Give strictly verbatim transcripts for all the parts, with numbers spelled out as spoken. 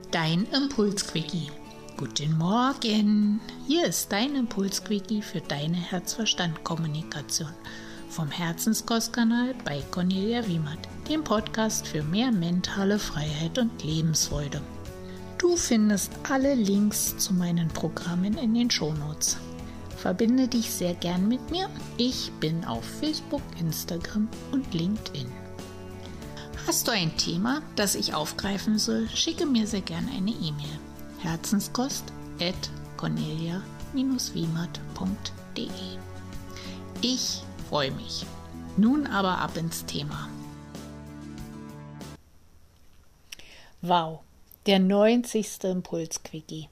Dein Impuls-Quickie. Guten Morgen. Hier ist dein Impuls-Quickie für deine Herz-Verstand-Kommunikation vom Herzenskostkanal bei Cornelia Wiemert, dem Podcast für mehr mentale Freiheit und Lebensfreude. Du findest alle Links zu meinen Programmen in den Shownotes. Verbinde dich sehr gern mit mir. Ich bin auf Facebook, Instagram und LinkedIn. Hast du ein Thema, das ich aufgreifen soll, schicke mir sehr gern eine E-Mail. herzenskost at cornelia wiemert punkt de. Ich freue mich. Nun aber ab ins Thema. Wow, der neunzigste Impuls-Quickie.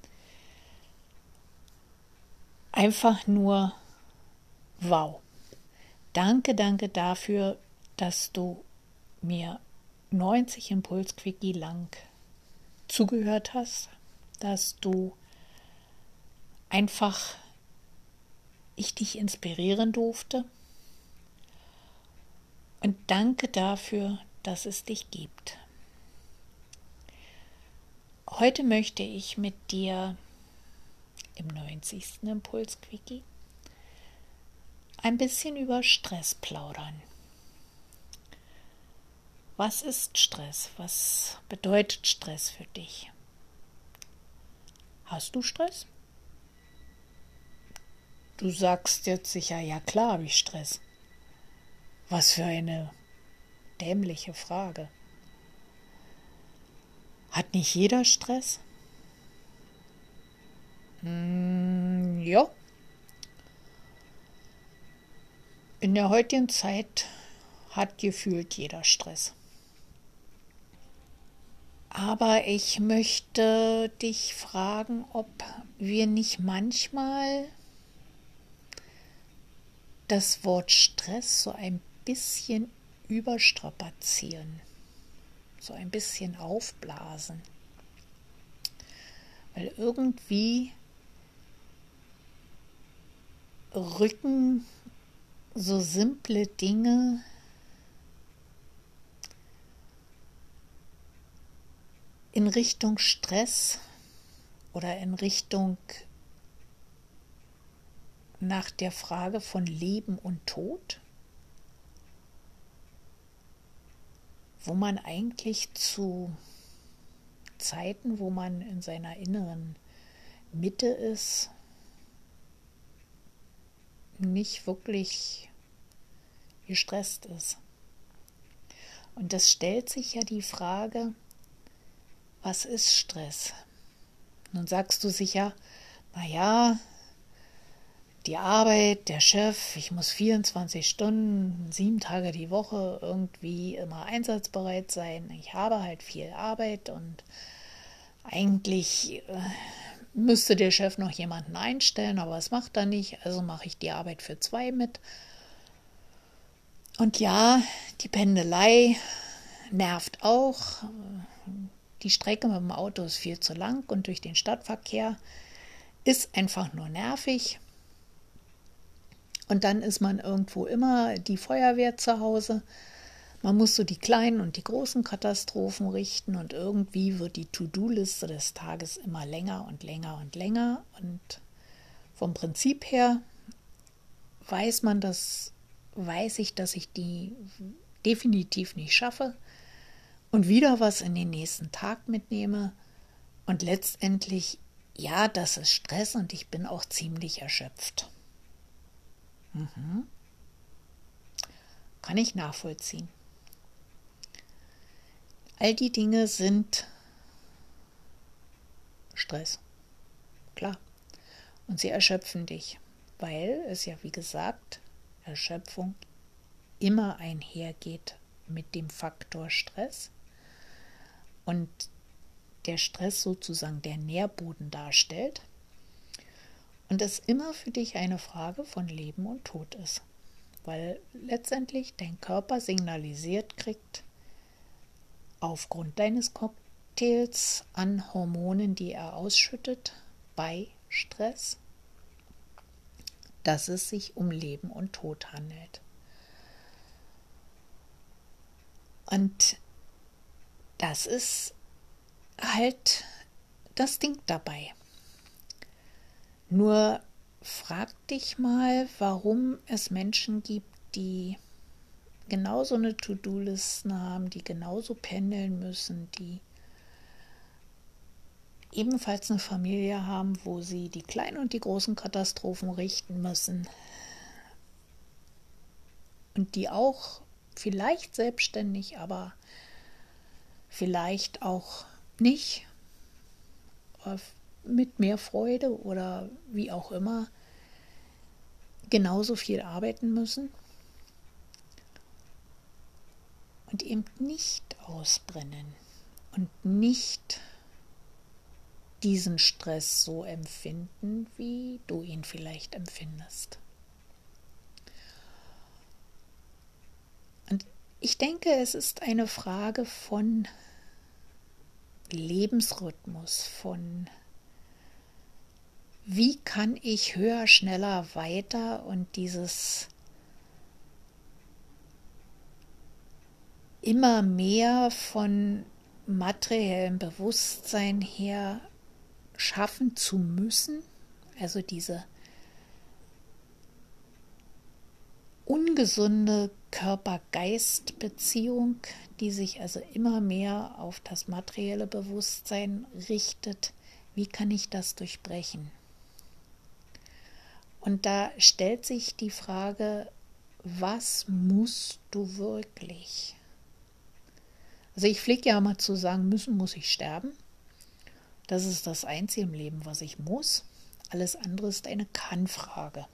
Einfach nur wow. Danke, danke dafür, dass du mir neunzig Impuls-Quickie lang zugehört hast, dass du einfach ich dich inspirieren durfte. Und danke dafür, dass es dich gibt. Heute möchte ich mit dir im neunzigsten Impuls-Quickie ein bisschen über Stress plaudern. Was ist Stress? Was bedeutet Stress für dich? Hast du Stress? Du sagst jetzt sicher, ja klar habe ich Stress. Was für eine dämliche Frage. Hat nicht jeder Stress? Hm, ja. In der heutigen Zeit hat gefühlt jeder Stress. Aber ich möchte dich fragen, ob wir nicht manchmal das Wort Stress so ein bisschen überstrapazieren, so ein bisschen aufblasen. Weil irgendwie rücken so simple Dinge in Richtung Stress oder in Richtung nach der Frage von Leben und Tod, wo man eigentlich zu Zeiten, wo man in seiner inneren Mitte ist, nicht wirklich gestresst ist. Und das stellt sich ja die Frage, was ist Stress? Nun sagst du sicher, naja, die Arbeit, der Chef, ich muss vierundzwanzig Stunden, sieben Tage die Woche irgendwie immer einsatzbereit sein. Ich habe halt viel Arbeit und eigentlich äh, müsste der Chef noch jemanden einstellen, aber das macht er nicht, also mache ich die Arbeit für zwei mit. Und ja, die Pendelei nervt auch. Die Strecke mit dem Auto ist viel zu lang und durch den Stadtverkehr ist einfach nur nervig. Und dann ist man irgendwo immer die Feuerwehr zu Hause. Man muss so die kleinen und die großen Katastrophen richten und irgendwie wird die To-Do-Liste des Tages immer länger und länger und länger. Und vom Prinzip her weiß man das, weiß ich, dass ich die definitiv nicht schaffe. Und wieder was in den nächsten Tag mitnehme und letztendlich, ja, das ist Stress und ich bin auch ziemlich erschöpft. Mhm. Kann ich nachvollziehen. All die Dinge sind Stress, klar. Und sie erschöpfen dich, weil es ja, wie gesagt, Erschöpfung immer einhergeht mit dem Faktor Stress. Und der Stress sozusagen der Nährboden darstellt und es immer für dich eine Frage von Leben und Tod ist, weil letztendlich dein Körper signalisiert kriegt, aufgrund deines Cocktails an Hormonen, die er ausschüttet bei Stress, dass es sich um Leben und Tod handelt. Und das ist, ah, halt das Ding dabei. Nur frag dich mal, warum es Menschen gibt, die genauso eine To-Do-Listen haben, die genauso pendeln müssen, die ebenfalls eine Familie haben, wo sie die kleinen und die großen Katastrophen richten müssen und die auch vielleicht selbstständig, aber vielleicht auch nicht, mit mehr Freude oder wie auch immer, genauso viel arbeiten müssen und eben nicht ausbrennen und nicht diesen Stress so empfinden, wie du ihn vielleicht empfindest. Und ich denke, es ist eine Frage von Lebensrhythmus, von wie kann ich höher, schneller, weiter und dieses immer mehr von materiellem Bewusstsein her schaffen zu müssen, also diese ungesunde Körper-Geist-Beziehung, die sich also immer mehr auf das materielle Bewusstsein richtet, wie kann ich das durchbrechen? Und da stellt sich die Frage, was musst du wirklich? Also ich pflege ja mal zu sagen, müssen muss ich sterben. Das ist das Einzige im Leben, was ich muss. Alles andere ist eine Kann-Frage.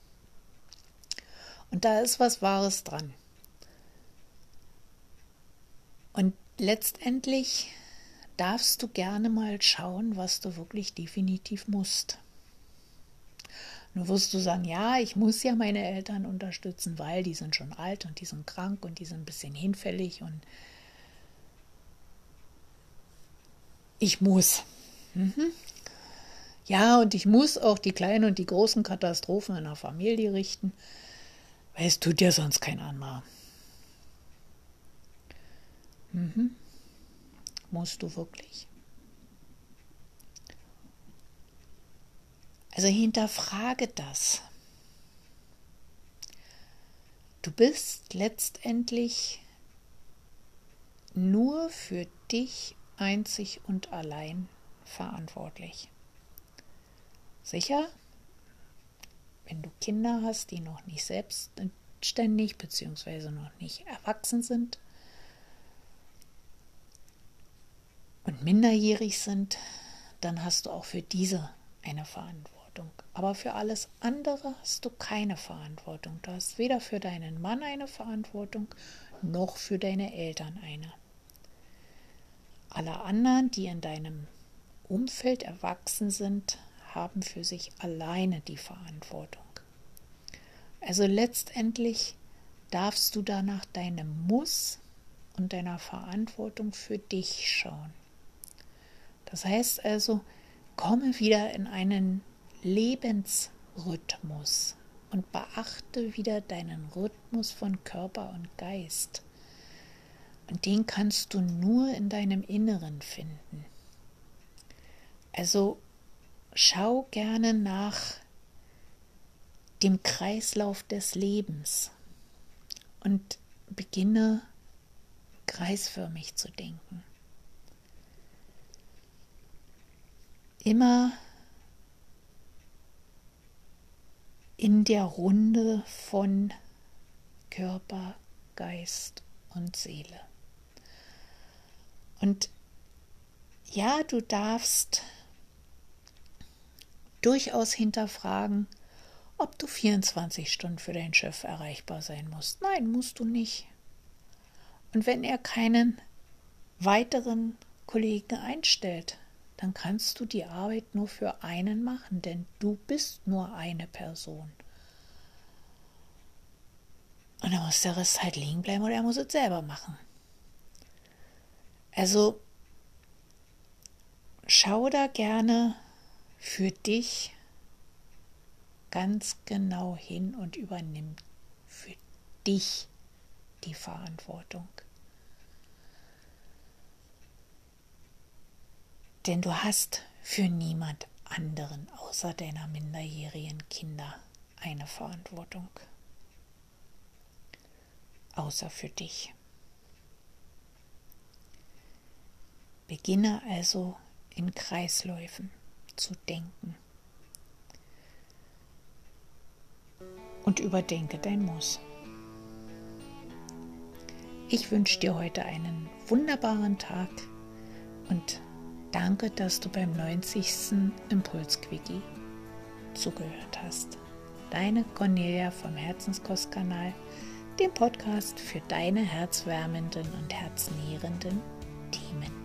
Und da ist was Wahres dran. Und letztendlich darfst du gerne mal schauen, was du wirklich definitiv musst. Nun wirst du sagen, ja, ich muss ja meine Eltern unterstützen, weil die sind schon alt und die sind krank und die sind ein bisschen hinfällig und ich muss. Mhm. Ja, und ich muss auch die kleinen und die großen Katastrophen in der Familie richten, weil es tut ja sonst kein anderer. Mhm. Musst du wirklich? Also hinterfrage das. Du bist letztendlich nur für dich einzig und allein verantwortlich. Sicher, wenn du Kinder hast, die noch nicht selbstständig bzw. noch nicht erwachsen sind und minderjährig sind, dann hast du auch für diese eine Verantwortung. Aber für alles andere hast du keine Verantwortung. Du hast weder für deinen Mann eine Verantwortung, noch für deine Eltern eine. Alle anderen, die in deinem Umfeld erwachsen sind, haben für sich alleine die Verantwortung. Also letztendlich darfst du da nach deinem Muss und deiner Verantwortung für dich schauen. Das heißt also, komme wieder in einen Lebensrhythmus und beachte wieder deinen Rhythmus von Körper und Geist. Und den kannst du nur in deinem Inneren finden. Also schau gerne nach dem Kreislauf des Lebens und beginne kreisförmig zu denken. Immer in der Runde von Körper, Geist und Seele. Und ja, du darfst durchaus hinterfragen, ob du vierundzwanzig Stunden für deinen Chef erreichbar sein musst. Nein, musst du nicht. Und wenn er keinen weiteren Kollegen einstellt, dann kannst du die Arbeit nur für einen machen, denn du bist nur eine Person. Und dann muss der Rest halt liegen bleiben oder er muss es selber machen. Also schau da gerne für dich ganz genau hin und übernimm für dich die Verantwortung. Denn du hast für niemand anderen außer deiner minderjährigen Kinder eine Verantwortung. Außer für dich. Beginne also in Kreisläufen zu denken und überdenke dein Muss. Ich wünsche dir heute einen wunderbaren Tag und danke, dass du beim neunzigsten Impulsquickie zugehört hast. Deine Cornelia vom Herzenskostkanal, dem Podcast für deine herzwärmenden und herznährenden Themen.